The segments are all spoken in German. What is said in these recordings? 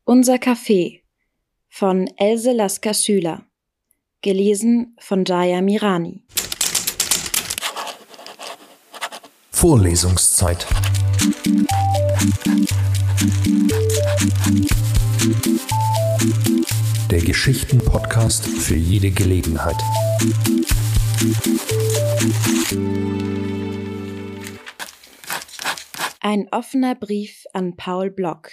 Unser Café von Else Lasker-Schüler. Gelesen von Jaya Mirani. Vorlesungszeit. Der Geschichten-Podcast für jede Gelegenheit. Ein offener Brief an Paul Block.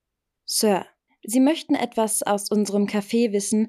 Sir, Sie möchten etwas aus unserem Café wissen,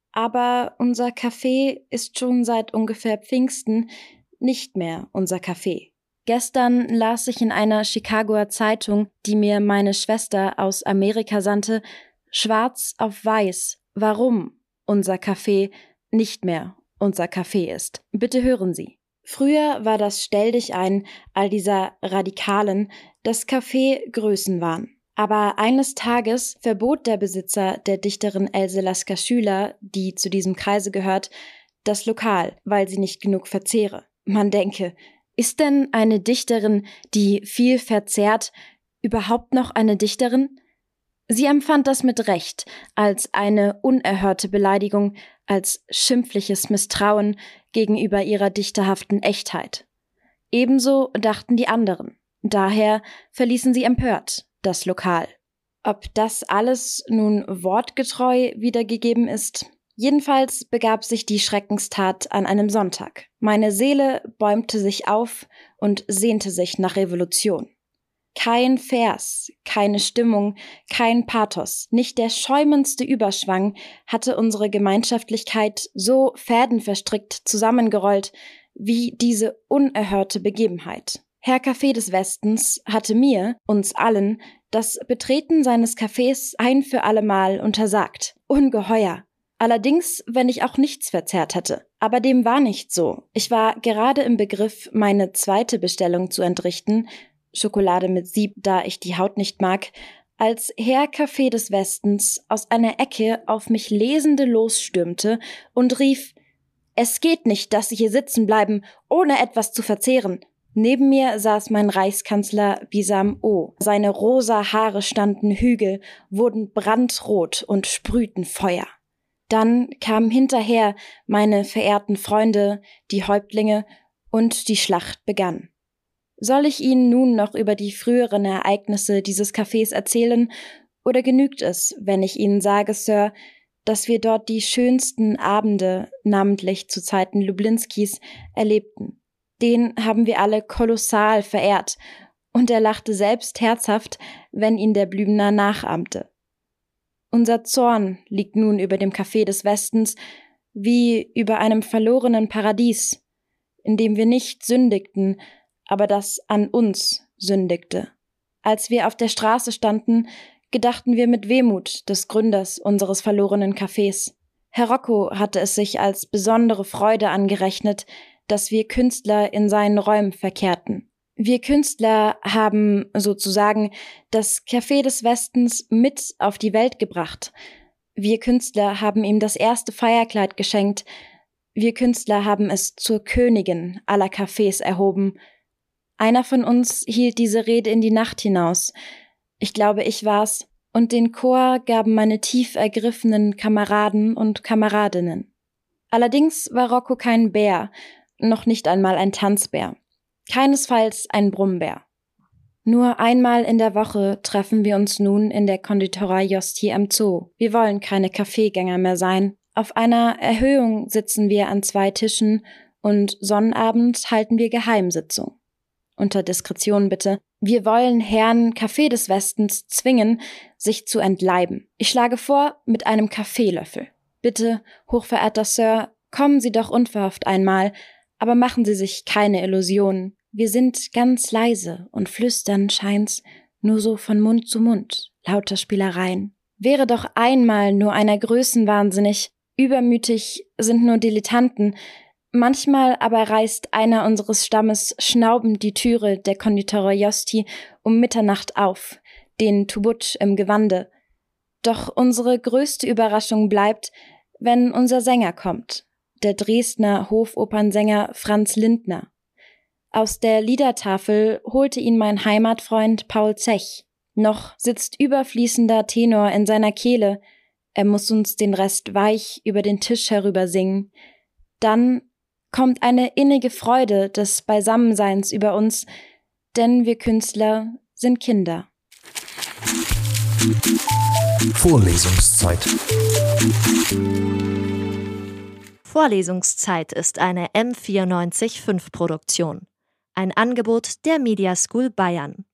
aber unser Café ist schon seit ungefähr Pfingsten nicht mehr unser Café. Gestern las ich in einer Chicagoer Zeitung, die mir meine Schwester aus Amerika sandte, schwarz auf weiß, warum unser Café nicht mehr unser Café ist. Bitte hören Sie. Früher war das Stelldichein all dieser Radikalen das Café Größenwahn. Aber eines Tages verbot der Besitzer der Dichterin Else Lasker-Schüler, die zu diesem Kreise gehört, das Lokal, weil sie nicht genug verzehre. Man denke, ist denn eine Dichterin, die viel verzehrt, überhaupt noch eine Dichterin? Sie empfand das mit Recht als eine unerhörte Beleidigung, als schimpfliches Misstrauen gegenüber ihrer dichterhaften Echtheit. Ebenso dachten die anderen. Daher verließen sie empört das Lokal. Ob das alles nun wortgetreu wiedergegeben ist? Jedenfalls begab sich die Schreckenstat an einem Sonntag. Meine Seele bäumte sich auf und sehnte sich nach Revolution. Kein Vers, keine Stimmung, kein Pathos, nicht der schäumendste Überschwang hatte unsere Gemeinschaftlichkeit so fädenverstrickt zusammengerollt wie diese unerhörte Begebenheit. Herr Café des Westens hatte mir, uns allen, das Betreten seines Cafés ein für allemal untersagt. Ungeheuer! Allerdings, wenn ich auch nichts verzehrt hätte. Aber dem war nicht so. Ich war gerade im Begriff, meine zweite Bestellung zu entrichten, Schokolade mit Sieb, da ich die Haut nicht mag, als Herr Café des Westens aus einer Ecke auf mich Lesende losstürmte und rief: »Es geht nicht, dass Sie hier sitzen bleiben, ohne etwas zu verzehren.« Neben mir saß mein Reichskanzler Bisam O. Seine rosa Haare standen Hügel, wurden brandrot und sprühten Feuer. Dann kamen hinterher meine verehrten Freunde, die Häuptlinge, und die Schlacht begann. Soll ich Ihnen nun noch über die früheren Ereignisse dieses Cafés erzählen, oder genügt es, wenn ich Ihnen sage, Sir, dass wir dort die schönsten Abende, namentlich zu Zeiten Lublinskis, erlebten? Den haben wir alle kolossal verehrt, und er lachte selbst herzhaft, wenn ihn der Blümner nachahmte. Unser Zorn liegt nun über dem Café des Westens wie über einem verlorenen Paradies, in dem wir nicht sündigten, aber das an uns sündigte. Als wir auf der Straße standen, gedachten wir mit Wehmut des Gründers unseres verlorenen Cafés. Herr Rocco hatte es sich als besondere Freude angerechnet, dass wir Künstler in seinen Räumen verkehrten. Wir Künstler haben sozusagen das Café des Westens mit auf die Welt gebracht. Wir Künstler haben ihm das erste Feierkleid geschenkt. Wir Künstler haben es zur Königin aller Cafés erhoben. Einer von uns hielt diese Rede in die Nacht hinaus. Ich glaube, ich war's. Und den Chor gaben meine tief ergriffenen Kameraden und Kameradinnen. Allerdings war Rocco kein Bär, noch nicht einmal ein Tanzbär. Keinesfalls ein Brummbär. Nur einmal in der Woche treffen wir uns nun in der Konditorei Jost am Zoo. Wir wollen keine Kaffeegänger mehr sein. Auf einer Erhöhung sitzen wir an 2 Tischen und Sonnabend halten wir Geheimsitzung. Unter Diskretion bitte. Wir wollen Herrn Café des Westens zwingen, sich zu entleiben. Ich schlage vor, mit einem Kaffeelöffel. Bitte, hochverehrter Sir, kommen Sie doch unverhofft einmal, aber machen Sie sich keine Illusionen. Wir sind ganz leise und flüstern, scheint's, nur so von Mund zu Mund, lauter Spielereien. Wäre doch einmal nur einer größenwahnsinnig, übermütig sind nur Dilettanten, manchmal aber reißt einer unseres Stammes schnaubend die Türe der Konditorei Josti um Mitternacht auf, den Tubutsch im Gewande. Doch unsere größte Überraschung bleibt, wenn unser Sänger kommt. Der Dresdner Hofopernsänger Franz Lindner. Aus der Liedertafel holte ihn mein Heimatfreund Paul Zech. Noch sitzt überfließender Tenor in seiner Kehle. Er muss uns den Rest weich über den Tisch herüber singen. Dann kommt eine innige Freude des Beisammenseins über uns, denn wir Künstler sind Kinder. Vorlesungszeit. Vorlesungszeit ist eine M94.5 Produktion. Ein Angebot der Media School Bayern.